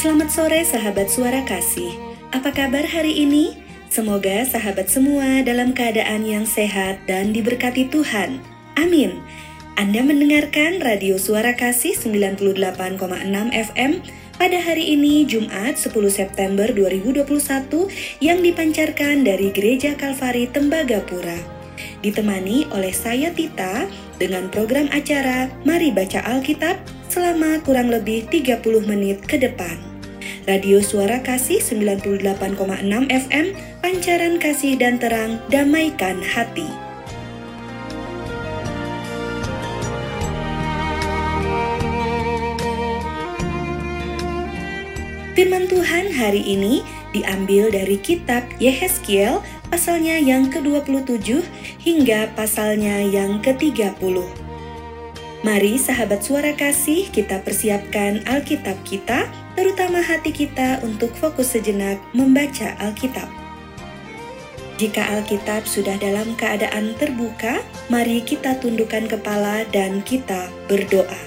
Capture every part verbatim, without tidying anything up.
Selamat sore sahabat Suara Kasih. Apa kabar hari ini? Semoga sahabat semua dalam keadaan yang sehat dan diberkati Tuhan. Amin. Anda mendengarkan Radio Suara Kasih sembilan puluh delapan koma enam F M pada hari ini Jumat sepuluh September dua ribu dua puluh satu yang dipancarkan dari Gereja Kalvari Tembagapura. Ditemani oleh saya Tita dengan program acara Mari Baca Alkitab selama kurang lebih tiga puluh menit ke depan. Radio Suara Kasih sembilan puluh delapan koma enam F M, pancaran kasih dan terang, damaikan hati. Firman Tuhan hari ini diambil dari kitab Yehezkiel pasalnya yang ke dua puluh tujuh hingga pasalnya yang ke tiga puluh. Mari sahabat Suara Kasih kita persiapkan Alkitab kita, terutama hati kita untuk fokus sejenak membaca Alkitab. Jika Alkitab sudah dalam keadaan terbuka, mari kita tundukkan kepala dan kita berdoa.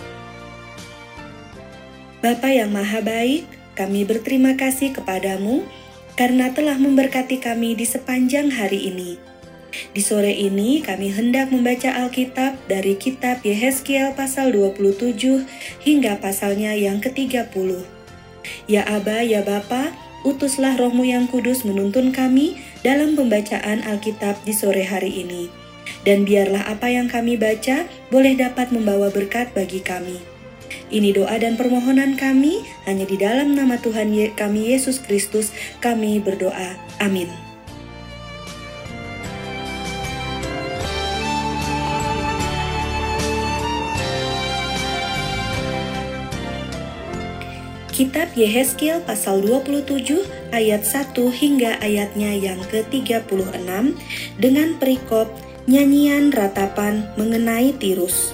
Bapa yang Maha Baik, kami berterima kasih kepadamu karena telah memberkati kami di sepanjang hari ini. Di sore ini kami hendak membaca Alkitab dari kitab Yehezkiel pasal dua puluh tujuh hingga pasalnya yang ke tiga puluh. Ya Aba, ya Bapa, utuslah Roh-Mu yang kudus menuntun kami dalam pembacaan Alkitab di sore hari ini. Dan biarlah apa yang kami baca boleh dapat membawa berkat bagi kami. Ini doa dan permohonan kami, hanya di dalam nama Tuhan kami Yesus Kristus kami berdoa. Amin. Kitab Yehezkiel pasal dua puluh tujuh ayat satu hingga ayatnya yang ke tiga puluh enam dengan perikop nyanyian ratapan mengenai Tirus.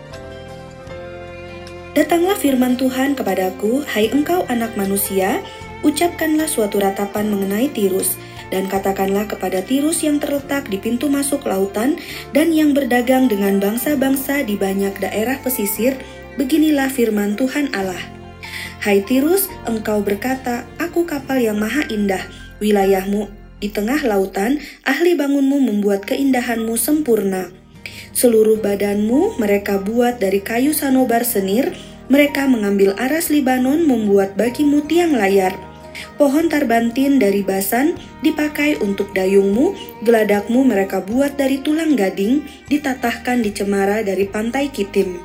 Datanglah firman Tuhan kepadaku, hai engkau anak manusia, ucapkanlah suatu ratapan mengenai Tirus, dan katakanlah kepada Tirus yang terletak di pintu masuk lautan dan yang berdagang dengan bangsa-bangsa di banyak daerah pesisir, beginilah firman Tuhan Allah. Hai Tirus, engkau berkata, aku kapal yang maha indah, wilayahmu di tengah lautan, ahli bangunmu membuat keindahanmu sempurna. Seluruh badanmu mereka buat dari kayu sanobar senir, mereka mengambil aras Libanon membuat bagimu tiang layar. Pohon tarbantin dari Basan dipakai untuk dayungmu, geladakmu mereka buat dari tulang gading, ditatahkan di cemara dari pantai Kitim.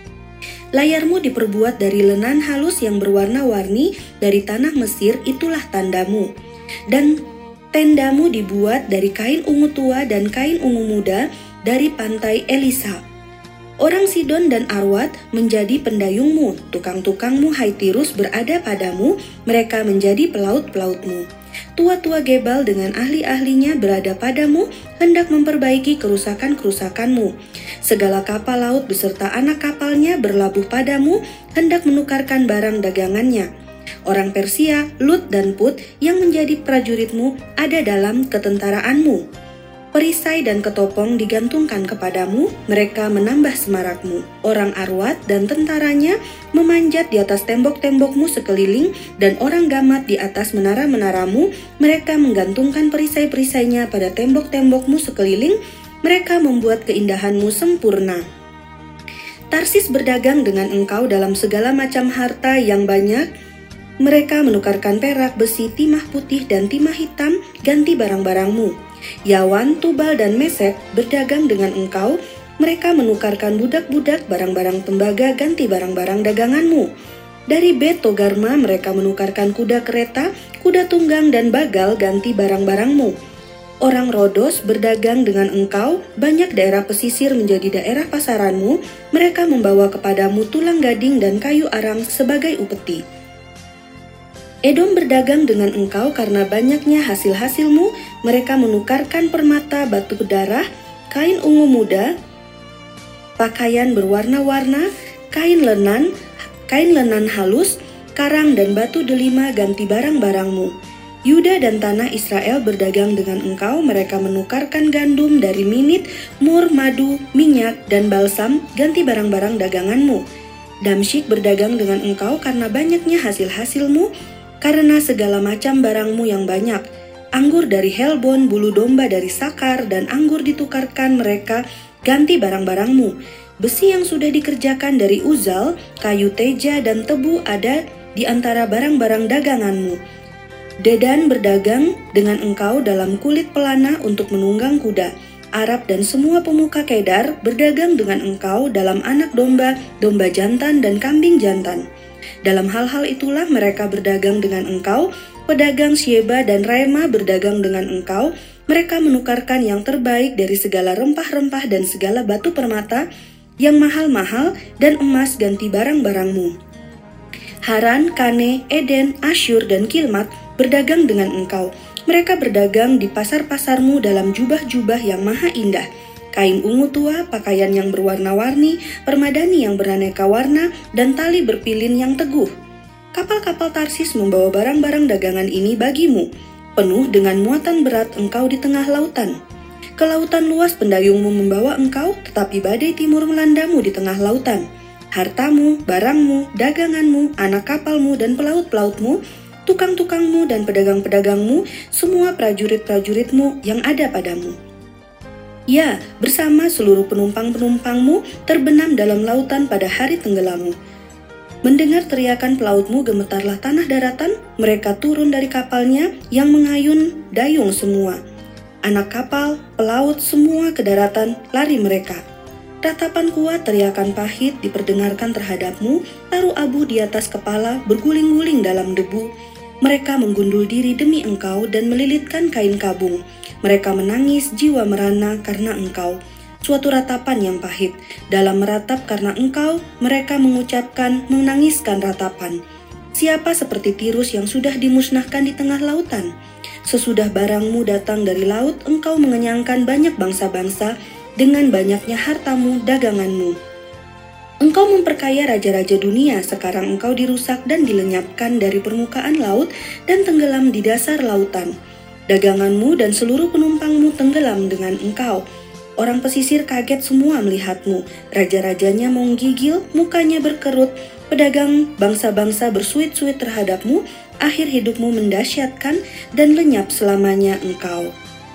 Layarmu diperbuat dari lenan halus yang berwarna-warni dari tanah Mesir, itulah tandamu. Dan tendamu dibuat dari kain ungu tua dan kain ungu muda dari pantai Elisa. Orang Sidon dan Arwad menjadi pendayungmu, tukang-tukangmu hai Tirus berada padamu, mereka menjadi pelaut-pelautmu. Tua-tua Gebal dengan ahli-ahlinya berada padamu, hendak memperbaiki kerusakan-kerusakanmu. Segala kapal laut beserta anak kapalnya berlabuh padamu, hendak menukarkan barang dagangannya. Orang Persia, Lut dan Put yang menjadi prajuritmu ada dalam ketentaraanmu. Perisai dan ketopong digantungkan kepadamu, mereka menambah semarakmu. Orang Arwad dan tentaranya memanjat di atas tembok-tembokmu sekeliling, dan orang Gamat di atas menara-menaramu, mereka menggantungkan perisai-perisainya pada tembok-tembokmu sekeliling, mereka membuat keindahanmu sempurna. Tarsis berdagang dengan engkau dalam segala macam harta yang banyak, mereka menukarkan perak, besi, timah putih, dan timah hitam, ganti barang-barangmu. Yawan, Tubal, dan Mesek berdagang dengan engkau, mereka menukarkan budak-budak barang-barang tembaga ganti barang-barang daganganmu. Dari Bet Togarma mereka menukarkan kuda kereta, kuda tunggang, dan bagal ganti barang-barangmu. Orang Rodos berdagang dengan engkau, banyak daerah pesisir menjadi daerah pasaranmu, mereka membawa kepadamu tulang gading dan kayu arang sebagai upeti. Edom berdagang dengan engkau karena banyaknya hasil-hasilmu, mereka menukarkan permata, batu darah, kain ungu muda, pakaian berwarna-warna, kain lenan, kain lenan halus, karang dan batu delima ganti barang-barangmu. Yuda dan tanah Israel berdagang dengan engkau, mereka menukarkan gandum dari Minit, mur, madu, minyak, dan balsam ganti barang-barang daganganmu. Damsyik berdagang dengan engkau karena banyaknya hasil-hasilmu, karena segala macam barangmu yang banyak. Anggur dari Helbon, bulu domba dari Sakar, dan anggur ditukarkan mereka ganti barang-barangmu. Besi yang sudah dikerjakan dari Uzal, kayu teja dan tebu ada di antara barang-barang daganganmu. Dedan berdagang dengan engkau dalam kulit pelana untuk menunggang kuda. Arab dan semua pemuka Kedar berdagang dengan engkau dalam anak domba, domba jantan dan kambing jantan. Dalam hal-hal itulah mereka berdagang dengan engkau. Pedagang Syeba dan Raima berdagang dengan engkau. Mereka menukarkan yang terbaik dari segala rempah-rempah dan segala batu permata yang mahal-mahal dan emas ganti barang-barangmu. Haran, Kane, Eden, Asyur, dan Kilmat berdagang dengan engkau. Mereka berdagang di pasar-pasarmu dalam jubah-jubah yang maha indah, kain ungu tua, pakaian yang berwarna-warni, permadani yang beraneka warna, dan tali berpilin yang teguh. Kapal-kapal Tarsis membawa barang-barang dagangan ini bagimu, penuh dengan muatan berat engkau di tengah lautan. Ke lautan luas pendayungmu membawa engkau, tetapi badai timur melandamu di tengah lautan. Hartamu, barangmu, daganganmu, anak kapalmu, dan pelaut-pelautmu, tukang-tukangmu dan pedagang-pedagangmu, semua prajurit-prajuritmu yang ada padamu. Ya, bersama seluruh penumpang-penumpangmu terbenam dalam lautan pada hari tenggelammu. Mendengar teriakan pelautmu gemetarlah tanah daratan, mereka turun dari kapalnya yang mengayun dayung semua. Anak kapal, pelaut, semua ke daratan, lari mereka. Ratapan kuat teriakan pahit diperdengarkan terhadapmu, taruh abu di atas kepala, berguling-guling dalam debu. Mereka menggundul diri demi engkau dan melilitkan kain kabung. Mereka menangis jiwa merana karena engkau. Suatu ratapan yang pahit. Dalam meratap karena engkau, mereka mengucapkan menangiskan ratapan. Siapa seperti Tirus yang sudah dimusnahkan di tengah lautan? Sesudah barangmu datang dari laut, engkau mengenyangkan banyak bangsa-bangsa dengan banyaknya hartamu, daganganmu. Engkau memperkaya raja-raja dunia, sekarang engkau dirusak dan dilenyapkan dari permukaan laut dan tenggelam di dasar lautan. Daganganmu dan seluruh penumpangmu tenggelam dengan engkau. Orang pesisir kaget semua melihatmu, raja-rajanya menggigil, mukanya berkerut, pedagang bangsa-bangsa bersuit-suit terhadapmu, akhir hidupmu mendasyatkan dan lenyap selamanya engkau.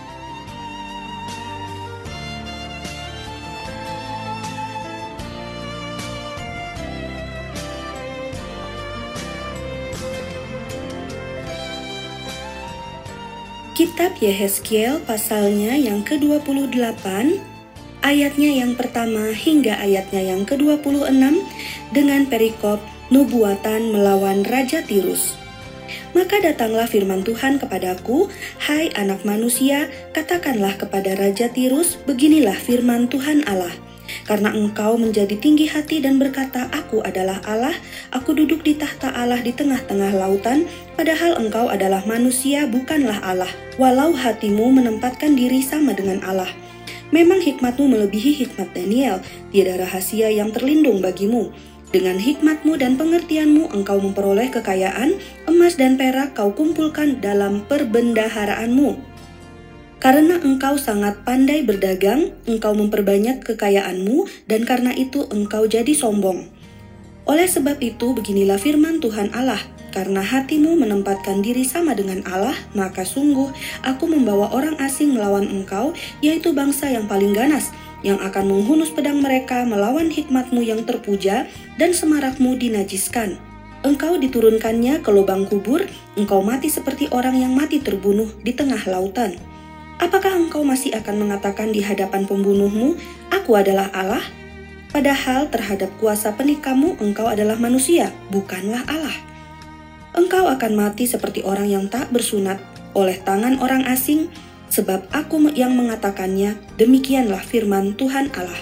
Kitab Yehezkiel pasalnya yang ke dua puluh delapan, ayatnya yang pertama hingga ayatnya yang ke dua puluh enam dengan perikop nubuatan melawan Raja Tirus. Maka datanglah firman Tuhan kepadaku, hai anak manusia, katakanlah kepada Raja Tirus, beginilah firman Tuhan Allah. Karena engkau menjadi tinggi hati dan berkata, aku adalah Allah, aku duduk di tahta Allah di tengah-tengah lautan, padahal engkau adalah manusia, bukanlah Allah, walau hatimu menempatkan diri sama dengan Allah. Memang hikmatmu melebihi hikmat Daniel, tiada rahasia yang terlindung bagimu. Dengan hikmatmu dan pengertianmu engkau memperoleh kekayaan, emas dan perak kau kumpulkan dalam perbendaharaanmu. Karena engkau sangat pandai berdagang, engkau memperbanyak kekayaanmu, dan karena itu engkau jadi sombong. Oleh sebab itu, beginilah firman Tuhan Allah, karena hatimu menempatkan diri sama dengan Allah, maka sungguh aku membawa orang asing melawan engkau, yaitu bangsa yang paling ganas, yang akan menghunus pedang mereka melawan hikmatmu yang terpuja, dan semarakmu dinajiskan. Engkau diturunkannya ke lubang kubur, engkau mati seperti orang yang mati terbunuh di tengah lautan. Apakah engkau masih akan mengatakan di hadapan pembunuhmu, aku adalah Allah? Padahal terhadap kuasa penikamu engkau adalah manusia, bukanlah Allah. Engkau akan mati seperti orang yang tak bersunat oleh tangan orang asing, sebab aku yang mengatakannya, demikianlah firman Tuhan Allah.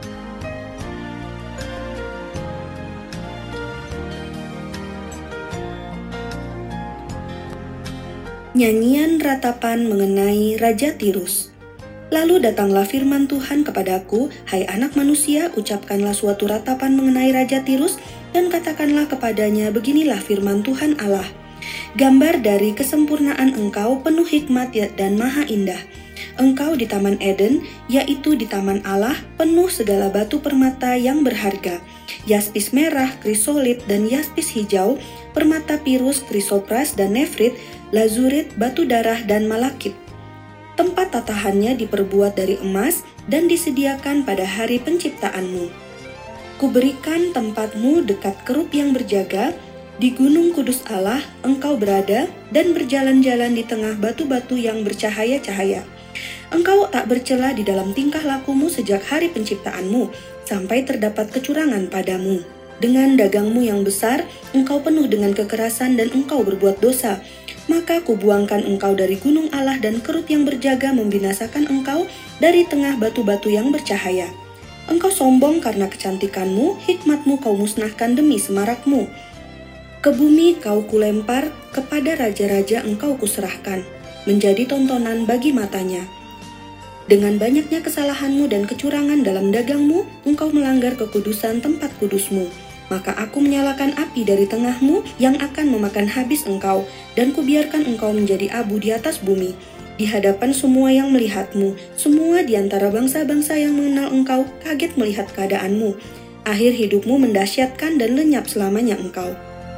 Nyanyian ratapan mengenai Raja Tirus. Lalu datanglah firman Tuhan kepadaku, hai anak manusia, ucapkanlah suatu ratapan mengenai Raja Tirus, dan katakanlah kepadanya, beginilah firman Tuhan Allah. Gambar dari kesempurnaan engkau penuh hikmat dan maha indah. Engkau di Taman Eden, yaitu di Taman Allah, penuh segala batu permata yang berharga, yaspis merah, krisolit, dan yaspis hijau, permata pirus, krisopras, dan nefrit, lazurit, batu darah, dan malakit. Tempat tatahannya diperbuat dari emas dan disediakan pada hari penciptaanmu. Kuberikan tempatmu dekat kerup yang berjaga, di gunung kudus Allah engkau berada dan berjalan-jalan di tengah batu-batu yang bercahaya-cahaya. Engkau tak bercela di dalam tingkah lakumu sejak hari penciptaanmu, sampai terdapat kecurangan padamu. Dengan dagangmu yang besar, engkau penuh dengan kekerasan dan engkau berbuat dosa. Maka kubuangkan engkau dari gunung Allah dan kerup yang berjaga membinasakan engkau dari tengah batu-batu yang bercahaya. Engkau sombong karena kecantikanmu, hikmatmu kau musnahkan demi semarakmu. Ke bumi kau kulempar, kepada raja-raja engkau kuserahkan, menjadi tontonan bagi matanya. Dengan banyaknya kesalahanmu dan kecurangan dalam dagangmu, engkau melanggar kekudusan tempat kudusmu. Maka aku menyalakan api dari tengahmu yang akan memakan habis engkau, dan kubiarkan engkau menjadi abu di atas bumi, di hadapan semua yang melihatmu. Semua di antara bangsa-bangsa yang mengenal engkau kaget melihat keadaanmu. Akhir hidupmu mendahsyatkan dan lenyap selamanya engkau.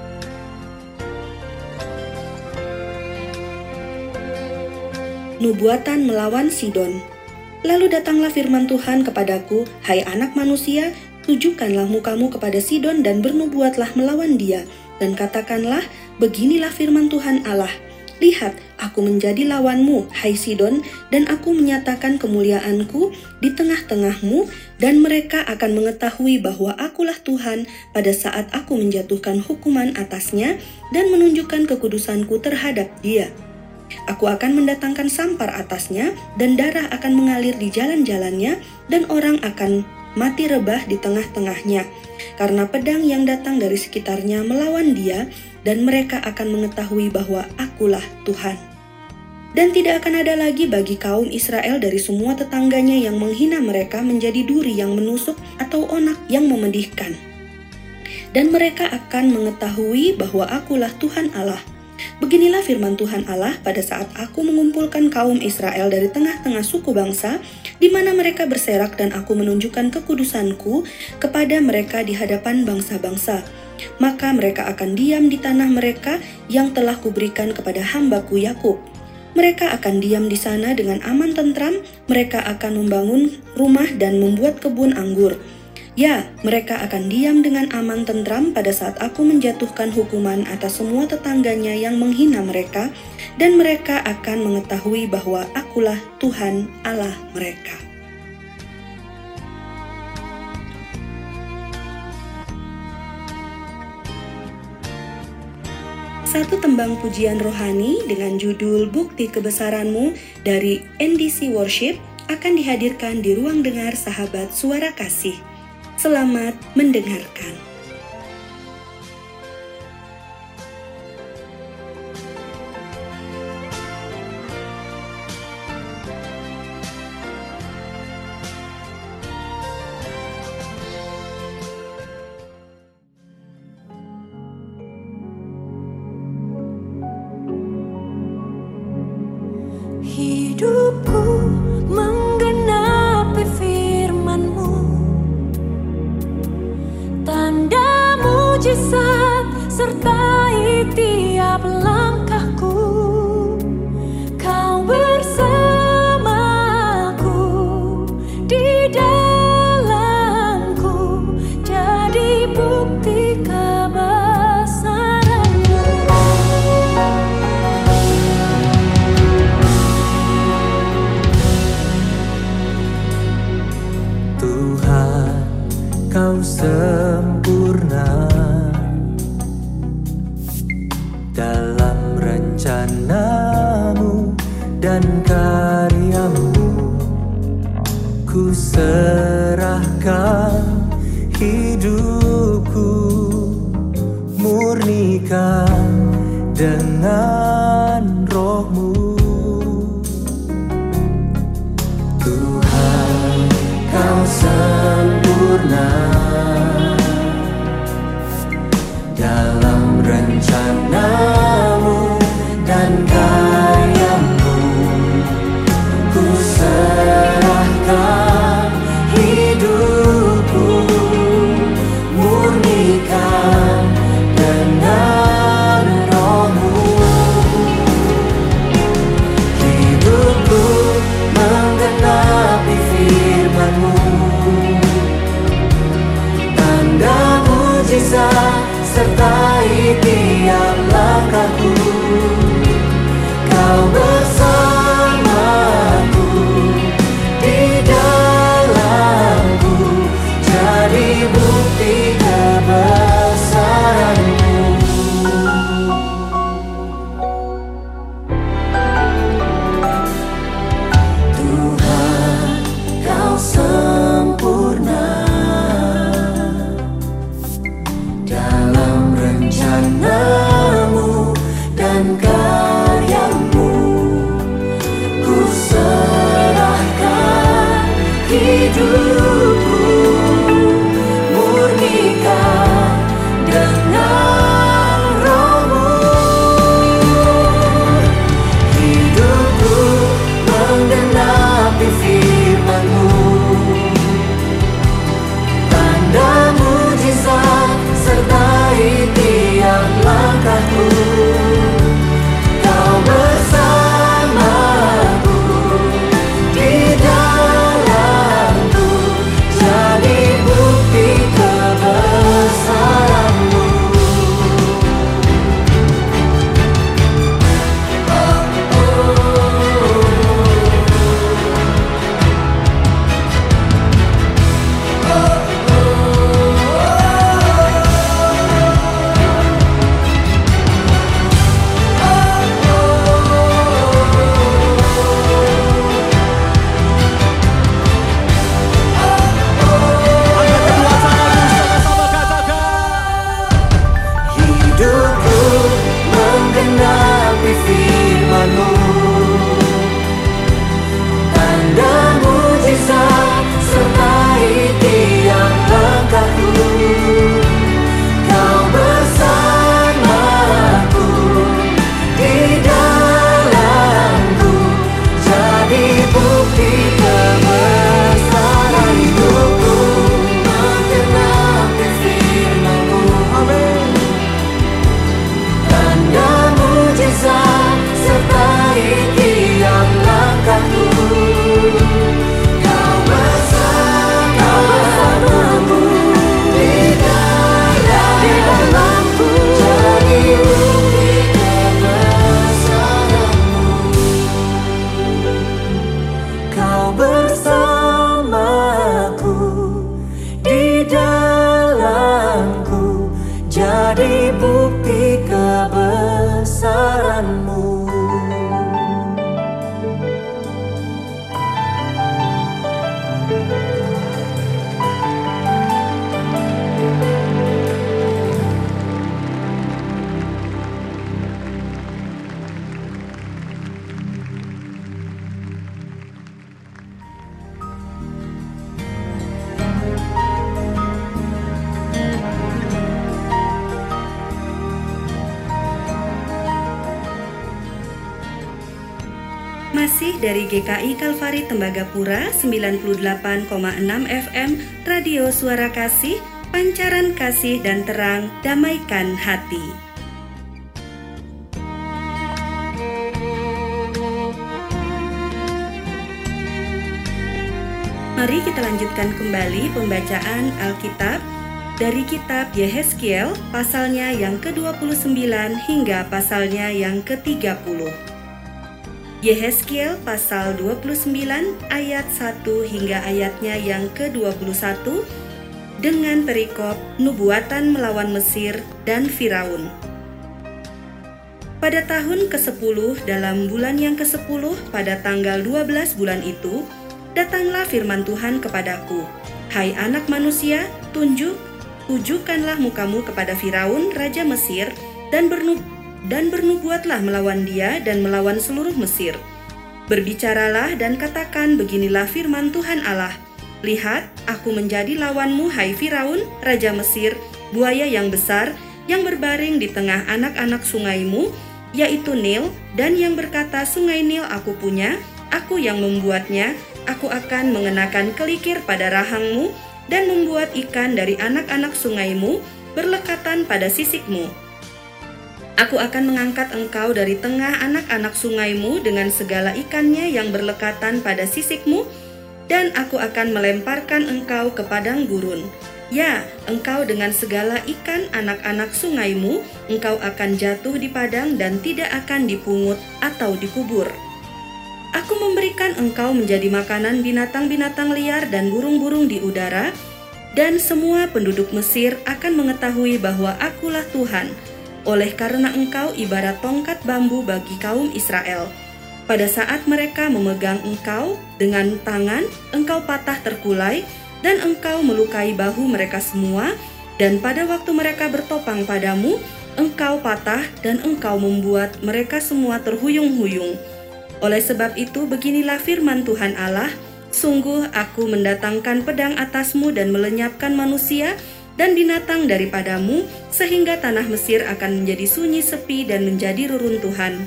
Nubuatan melawan Sidon. Lalu datanglah firman Tuhan kepadaku, hai anak manusia, tujukanlah mukamu kepada Sidon dan bernubuatlah melawan dia, dan katakanlah, beginilah firman Tuhan Allah. Lihat, aku menjadi lawanmu, hai Sidon, dan aku menyatakan kemuliaanku di tengah-tengahmu, dan mereka akan mengetahui bahwa akulah Tuhan pada saat aku menjatuhkan hukuman atasnya dan menunjukkan kekudusanku terhadap dia. Aku akan mendatangkan sampar atasnya, dan darah akan mengalir di jalan-jalannya, dan orang akan mati rebah di tengah-tengahnya, karena pedang yang datang dari sekitarnya melawan dia, dan mereka akan mengetahui bahwa akulah Tuhan. Dan tidak akan ada lagi bagi kaum Israel dari semua tetangganya yang menghina mereka menjadi duri yang menusuk atau onak yang memedihkan. Dan mereka akan mengetahui bahwa akulah Tuhan Allah. Beginilah firman Tuhan Allah pada saat aku mengumpulkan kaum Israel dari tengah-tengah suku bangsa, di mana mereka berserak dan aku menunjukkan kekudusanku kepada mereka di hadapan bangsa-bangsa. Maka mereka akan diam di tanah mereka yang telah kuberikan kepada hambaku Yakub. Mereka akan diam di sana dengan aman tentram, mereka akan membangun rumah dan membuat kebun anggur. Ya, mereka akan diam dengan aman tentram pada saat aku menjatuhkan hukuman atas semua tetangganya yang menghina mereka, dan mereka akan mengetahui bahwa akulah Tuhan Allah mereka. Satu tembang pujian rohani dengan judul Bukti Kebesaranmu dari N D C Worship akan dihadirkan di ruang dengar sahabat Suara Kasih. Selamat mendengarkan. Hidupku menggenapi firman-Mu, tanda mujizat sertai tiap langkahku. Kau bersamaku di dalamku, jadi bukti kebesaran-Mu. Tuhan, Kau sempurna dalam rencana-Mu dan karya-Mu. Ku serahkan hidupku, murnikan dengan Roh-Mu. Tuhan, Kau sempurna dalam rencana-Mu dan karya-Mu. Ku kasih dari G K I Kalvari Tembagapura sembilan puluh delapan koma enam F M Radio Suara Kasih, pancaran kasih dan terang, damaikan hati. Mari kita lanjutkan kembali pembacaan Alkitab dari kitab Yehezkiel pasalnya yang ke dua puluh sembilan hingga pasalnya yang ke tiga puluh. Yehezkiel pasal dua puluh sembilan ayat satu hingga ayatnya yang ke dua puluh satu dengan perikop nubuatan melawan Mesir dan Firaun. Pada tahun kesepuluh dalam bulan yang kesepuluh pada tanggal dua belas bulan itu, datanglah firman Tuhan kepadaku, "Hai anak manusia, tunjuk, tujukanlah mukamu kepada Firaun, raja Mesir, dan bernub dan bernubuatlah melawan dia dan melawan seluruh Mesir. Berbicaralah dan katakan, beginilah firman Tuhan Allah. Lihat, aku menjadi lawanmu, hai Firaun, raja Mesir, buaya yang besar, yang berbaring di tengah anak-anak sungaimu, yaitu Nil, dan yang berkata, sungai Nil aku punya, aku yang membuatnya. Aku akan mengenakan kelikir pada rahangmu, dan membuat ikan dari anak-anak sungaimu berlekatan pada sisikmu. Aku akan mengangkat engkau dari tengah anak-anak sungaimu dengan segala ikannya yang berlekatan pada sisikmu, dan aku akan melemparkan engkau ke padang gurun. Ya, engkau dengan segala ikan anak-anak sungaimu, engkau akan jatuh di padang dan tidak akan dipungut atau dikubur. Aku memberikan engkau menjadi makanan binatang-binatang liar dan burung-burung di udara, dan semua penduduk Mesir akan mengetahui bahwa akulah Tuhan, oleh karena engkau ibarat tongkat bambu bagi kaum Israel. Pada saat mereka memegang engkau dengan tangan, engkau patah terkulai, dan engkau melukai bahu mereka semua, dan pada waktu mereka bertopang padamu, engkau patah dan engkau membuat mereka semua terhuyung-huyung. Oleh sebab itu, beginilah firman Tuhan Allah, sungguh aku mendatangkan pedang atasmu dan melenyapkan manusia dan binatang daripadamu, sehingga tanah Mesir akan menjadi sunyi sepi dan menjadi reruntuhan.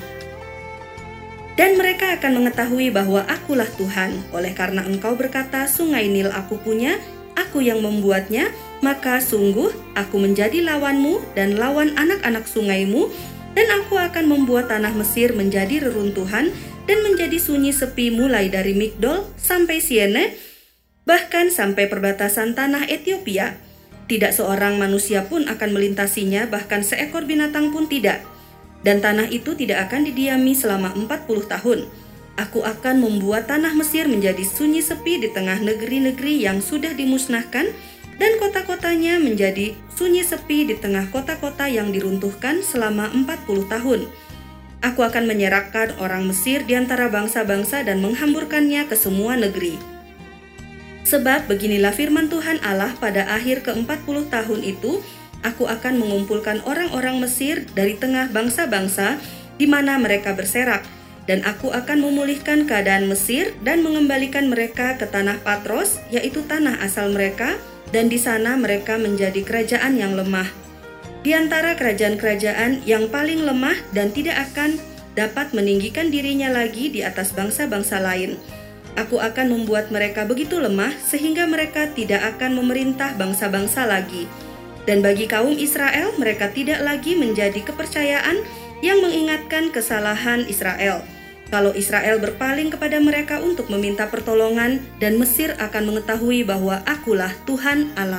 Dan mereka akan mengetahui bahwa akulah Tuhan, oleh karena engkau berkata, sungai Nil aku punya, aku yang membuatnya, maka sungguh aku menjadi lawanmu dan lawan anak-anak sungaimu, dan aku akan membuat tanah Mesir menjadi reruntuhan dan menjadi sunyi sepi mulai dari Migdol sampai Siene, bahkan sampai perbatasan tanah Ethiopia. Tidak seorang manusia pun akan melintasinya, bahkan seekor binatang pun tidak. Dan tanah itu tidak akan didiami selama empat puluh tahun. Aku akan membuat tanah Mesir menjadi sunyi sepi di tengah negeri-negeri yang sudah dimusnahkan, dan kota-kotanya menjadi sunyi sepi di tengah kota-kota yang diruntuhkan selama empat puluh tahun. Aku akan menyerahkan orang Mesir di antara bangsa-bangsa dan menghamburkannya ke semua negeri. Sebab beginilah firman Tuhan Allah, pada akhir ke empat puluh tahun itu, aku akan mengumpulkan orang-orang Mesir dari tengah bangsa-bangsa di mana mereka berserak, dan aku akan memulihkan keadaan Mesir dan mengembalikan mereka ke tanah Patros, yaitu tanah asal mereka, dan di sana mereka menjadi kerajaan yang lemah, di antara kerajaan-kerajaan yang paling lemah dan tidak akan dapat meninggikan dirinya lagi di atas bangsa-bangsa lain. Aku akan membuat mereka begitu lemah sehingga mereka tidak akan memerintah bangsa-bangsa lagi. Dan bagi kaum Israel, mereka tidak lagi menjadi kepercayaan yang mengingatkan kesalahan Israel. Kalau Israel berpaling kepada mereka untuk meminta pertolongan, dan Mesir akan mengetahui bahwa akulah Tuhan Allah.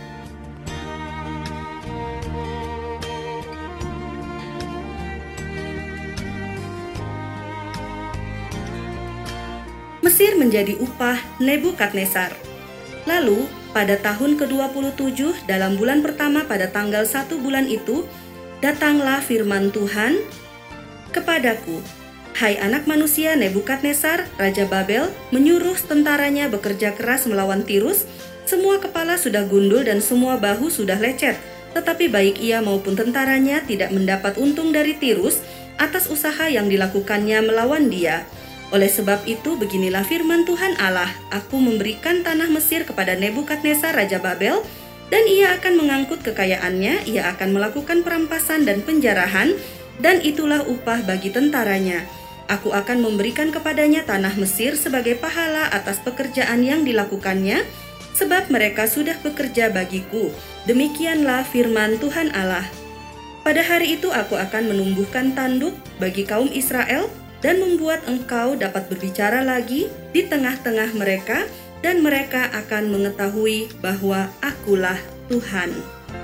Mesir menjadi upah Nebukadnezar. Lalu, pada tahun ke dua puluh tujuh dalam bulan pertama pada tanggal satu bulan itu, datanglah firman Tuhan kepadaku, "Hai anak manusia, Nebukadnezar, Raja Babel, menyuruh tentaranya bekerja keras melawan Tirus. Semua kepala sudah gundul dan semua bahu sudah lecet, tetapi baik ia maupun tentaranya tidak mendapat untung dari Tirus atas usaha yang dilakukannya melawan dia. Oleh sebab itu, beginilah firman Tuhan Allah, aku memberikan tanah Mesir kepada Nebukadnezar Raja Babel, dan ia akan mengangkut kekayaannya, ia akan melakukan perampasan dan penjarahan, dan itulah upah bagi tentaranya. Aku akan memberikan kepadanya tanah Mesir sebagai pahala atas pekerjaan yang dilakukannya, sebab mereka sudah bekerja bagiku. Demikianlah firman Tuhan Allah. Pada hari itu aku akan menumbuhkan tanduk bagi kaum Israel dan membuat engkau dapat berbicara lagi di tengah-tengah mereka, dan mereka akan mengetahui bahwa akulah Tuhan.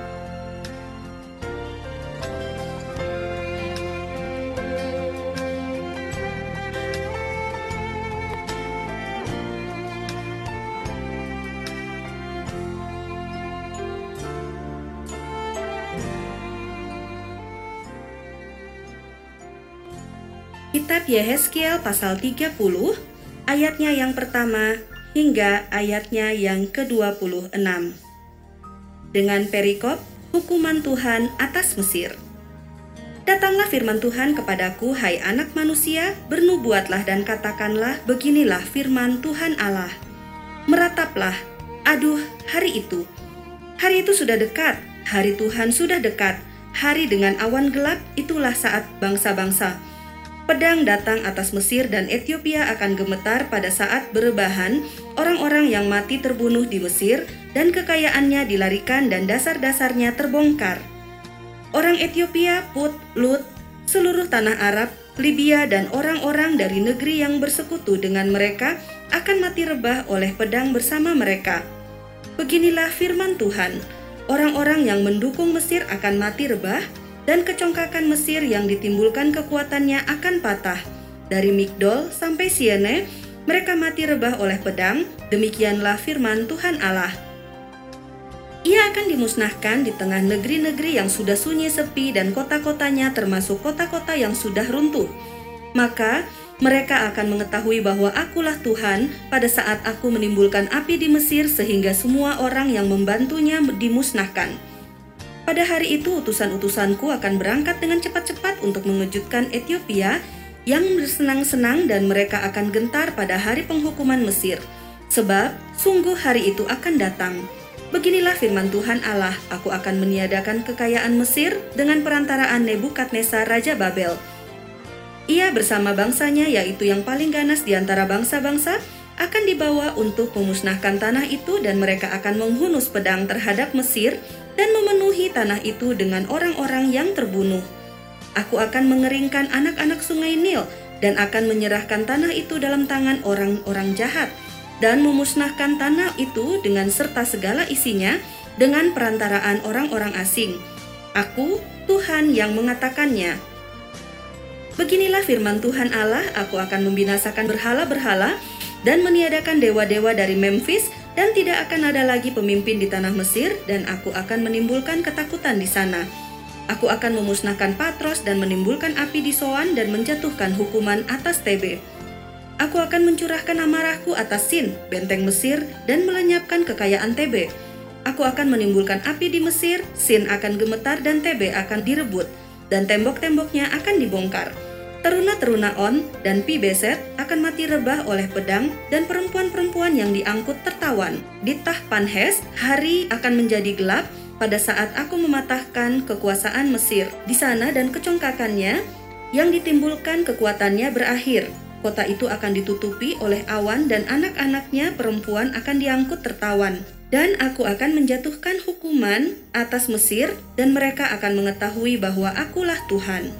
Kitab Yehezkiel pasal tiga puluh, ayatnya yang pertama hingga ayatnya yang kedua puluh enam. Dengan perikop hukuman Tuhan atas Mesir. Datanglah firman Tuhan kepadaku, hai anak manusia, bernubuatlah dan katakanlah, beginilah firman Tuhan Allah. Merataplah, aduh hari itu. Hari itu sudah dekat, hari Tuhan sudah dekat. Hari dengan awan gelap, itulah saat bangsa-bangsa. Pedang datang atas Mesir dan Ethiopia akan gemetar pada saat berebahan, orang-orang yang mati terbunuh di Mesir dan kekayaannya dilarikan dan dasar-dasarnya terbongkar. Orang Ethiopia, Put, Lut, seluruh tanah Arab, Libya dan orang-orang dari negeri yang bersekutu dengan mereka akan mati rebah oleh pedang bersama mereka. Beginilah firman Tuhan, orang-orang yang mendukung Mesir akan mati rebah, dan kecongkakan Mesir yang ditimbulkan kekuatannya akan patah. Dari Migdol sampai Siene, mereka mati rebah oleh pedang. Demikianlah firman Tuhan Allah. Ia akan dimusnahkan di tengah negeri-negeri yang sudah sunyi sepi dan kota-kotanya termasuk kota-kota yang sudah runtuh. Maka mereka akan mengetahui bahwa akulah Tuhan pada saat aku menimbulkan api di Mesir sehingga semua orang yang membantunya dimusnahkan. Pada hari itu utusan-utusanku akan berangkat dengan cepat-cepat untuk mengejutkan Ethiopia yang bersenang-senang, dan mereka akan gentar pada hari penghukuman Mesir. Sebab sungguh hari itu akan datang. Beginilah firman Tuhan Allah, aku akan meniadakan kekayaan Mesir dengan perantaraan Nebukadnezar Raja Babel. Ia bersama bangsanya, yaitu yang paling ganas di antara bangsa-bangsa, akan dibawa untuk memusnahkan tanah itu, dan mereka akan menghunus pedang terhadap Mesir dan memenuhi tanah itu dengan orang-orang yang terbunuh. Aku akan mengeringkan anak-anak sungai Nil dan akan menyerahkan tanah itu dalam tangan orang-orang jahat dan memusnahkan tanah itu dengan serta segala isinya dengan perantaraan orang-orang asing. Aku, Tuhan yang mengatakannya. Beginilah firman Tuhan Allah, aku akan membinasakan berhala-berhala dan meniadakan dewa-dewa dari Memphis, dan tidak akan ada lagi pemimpin di tanah Mesir, dan aku akan menimbulkan ketakutan di sana. Aku akan memusnahkan Patros dan menimbulkan api di Soan dan menjatuhkan hukuman atas Tebe. Aku akan mencurahkan amarahku atas Sin, benteng Mesir, dan melenyapkan kekayaan Tebe. Aku akan menimbulkan api di Mesir, Sin akan gemetar dan Tebe akan direbut, dan tembok-temboknya akan dibongkar. Teruna-teruna On dan Pi Beset akan mati rebah oleh pedang, dan perempuan-perempuan yang diangkut tertawan. Di Tahpanhes hari akan menjadi gelap pada saat aku mematahkan kekuasaan Mesir. Di sana dan kecongkakannya yang ditimbulkan kekuatannya berakhir. Kota itu akan ditutupi oleh awan dan anak-anaknya perempuan akan diangkut tertawan. Dan aku akan menjatuhkan hukuman atas Mesir, dan mereka akan mengetahui bahwa akulah Tuhan.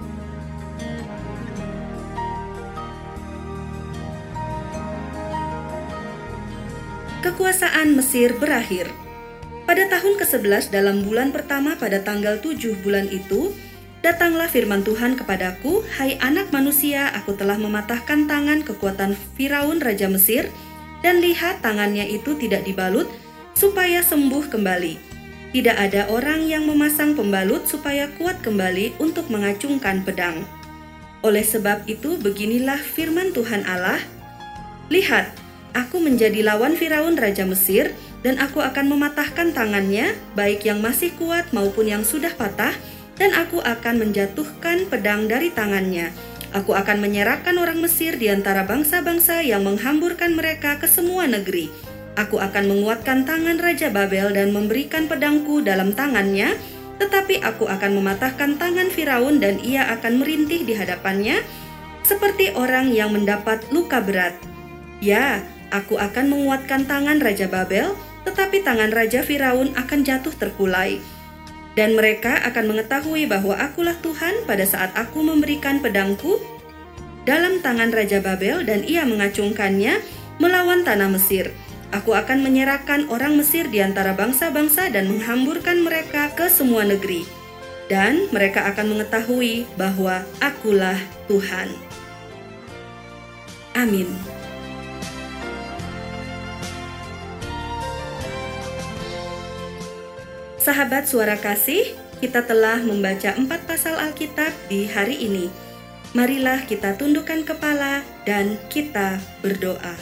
Kekuasaan Mesir berakhir. Pada tahun kesebelas dalam bulan pertama pada tanggal tujuh bulan itu, datanglah firman Tuhan kepadaku, hai anak manusia, aku telah mematahkan tangan kekuatan Firaun Raja Mesir, dan lihat tangannya itu tidak dibalut, supaya sembuh kembali. Tidak ada orang yang memasang pembalut supaya kuat kembali untuk mengacungkan pedang. Oleh sebab itu beginilah firman Tuhan Allah, lihat, aku menjadi lawan Firaun Raja Mesir, dan aku akan mematahkan tangannya, baik yang masih kuat maupun yang sudah patah, dan aku akan menjatuhkan pedang dari tangannya. Aku akan menyerahkan orang Mesir di antara bangsa-bangsa yang menghamburkan mereka ke semua negeri. Aku akan menguatkan tangan Raja Babel dan memberikan pedangku dalam tangannya, tetapi aku akan mematahkan tangan Firaun dan ia akan merintih di hadapannya, seperti orang yang mendapat luka berat. Ya, aku akan menguatkan tangan Raja Babel, tetapi tangan Raja Firaun akan jatuh terkulai. Dan mereka akan mengetahui bahwa akulah Tuhan pada saat aku memberikan pedangku dalam tangan Raja Babel dan ia mengacungkannya melawan tanah Mesir. Aku akan menyerahkan orang Mesir di antara bangsa-bangsa dan menghamburkan mereka ke semua negeri. Dan mereka akan mengetahui bahwa akulah Tuhan. Amin. Sahabat Suara Kasih, kita telah membaca empat pasal Alkitab di hari ini. Marilah kita tundukkan kepala dan kita berdoa.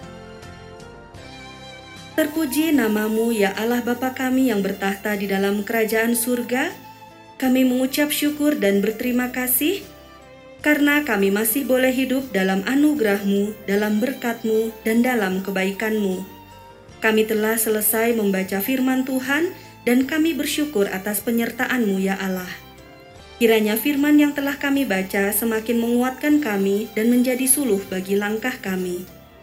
Terpuji namamu ya Allah Bapa kami yang bertahta di dalam kerajaan surga. Kami mengucap syukur dan berterima kasih karena kami masih boleh hidup dalam anugerah-Mu, dalam berkat-Mu, dan dalam kebaikan-Mu. Kami telah selesai membaca firman Tuhan dan kami bersyukur atas penyertaan-Mu ya Allah. Kiranya firman yang telah kami baca semakin menguatkan kami dan menjadi suluh bagi langkah kami.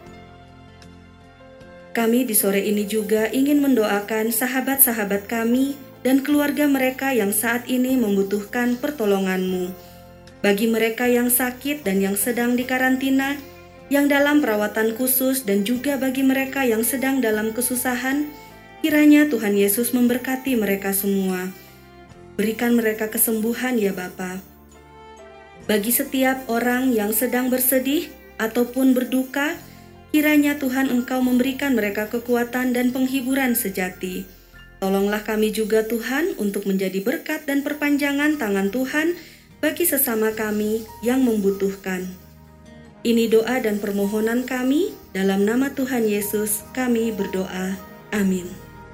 Kami di sore ini juga ingin mendoakan sahabat-sahabat kami dan keluarga mereka yang saat ini membutuhkan pertolongan-Mu. Bagi mereka yang sakit dan yang sedang dikarantina, yang dalam perawatan khusus dan juga bagi mereka yang sedang dalam kesusahan, kiranya Tuhan Yesus memberkati mereka semua. Berikan mereka kesembuhan ya Bapa. Bagi setiap orang yang sedang bersedih ataupun berduka, kiranya Tuhan Engkau memberikan mereka kekuatan dan penghiburan sejati. Tolonglah kami juga Tuhan untuk menjadi berkat dan perpanjangan tangan Tuhan bagi sesama kami yang membutuhkan. Ini doa dan permohonan kami, dalam nama Tuhan Yesus kami berdoa. Amin.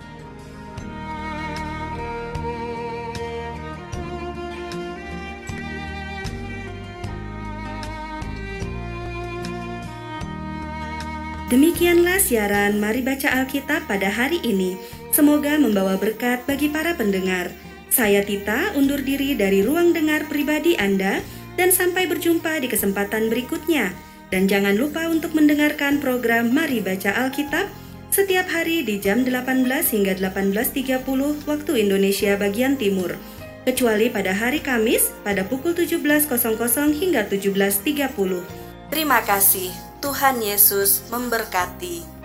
Demikianlah siaran Mari Baca Alkitab pada hari ini. Semoga membawa berkat bagi para pendengar. Saya Tita undur diri dari ruang dengar pribadi Anda dan sampai berjumpa di kesempatan berikutnya. Dan jangan lupa untuk mendengarkan program Mari Baca Alkitab setiap hari di jam delapan belas hingga delapan belas tiga puluh waktu Indonesia bagian Timur. Kecuali pada hari Kamis pada pukul tujuh belas hingga tujuh belas tiga puluh. Terima kasih. Tuhan Yesus memberkati.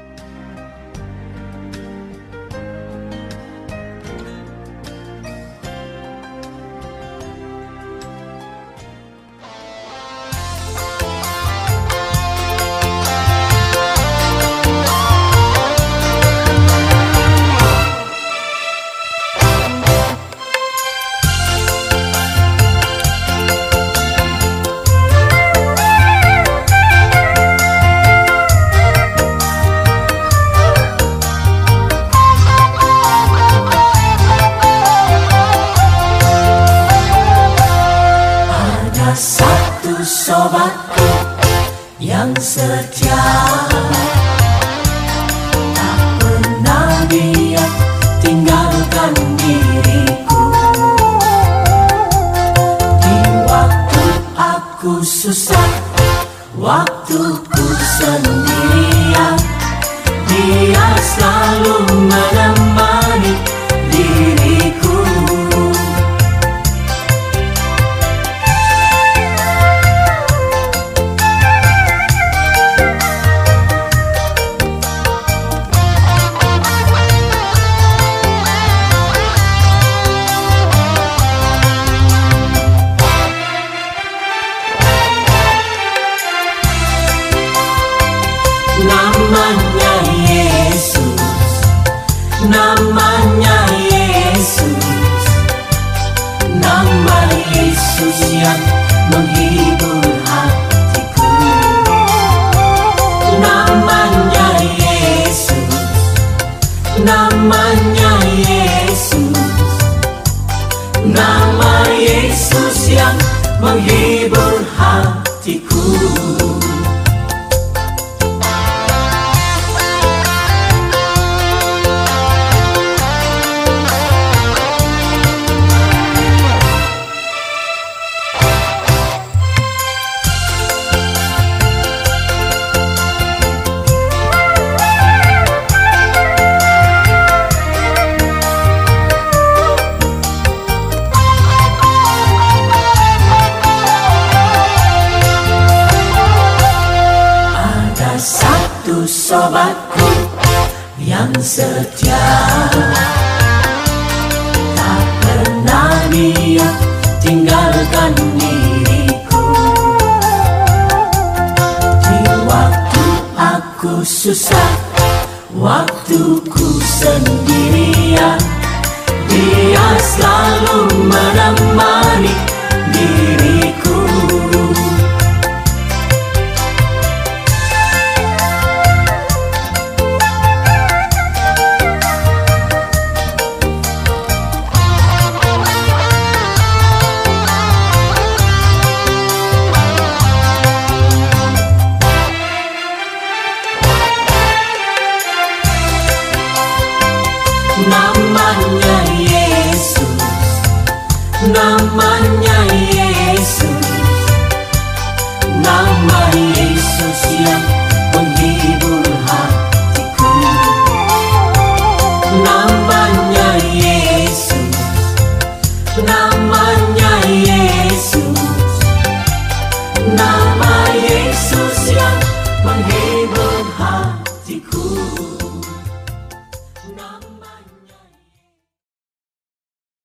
Sobatku yang setia, tak pernah dia tinggalkan diriku. Di waktu aku susah, waktuku sendirian, dia selalu menemani diriku. Namanya Yesus, namanya Yesus, nama Yesus yang menghibur hatiku. Namanya Yesus, namanya Yesus, nama Yesus yang menghibur hatiku. satu sobatku yang setia, tak pernah dia tinggalkan diriku. Di waktu aku susah, waktuku sendirian, dia selalu menemani diriku. Namanya Yesus, namanya Yesus, nama Yesus yang menghibur hatiku. Nama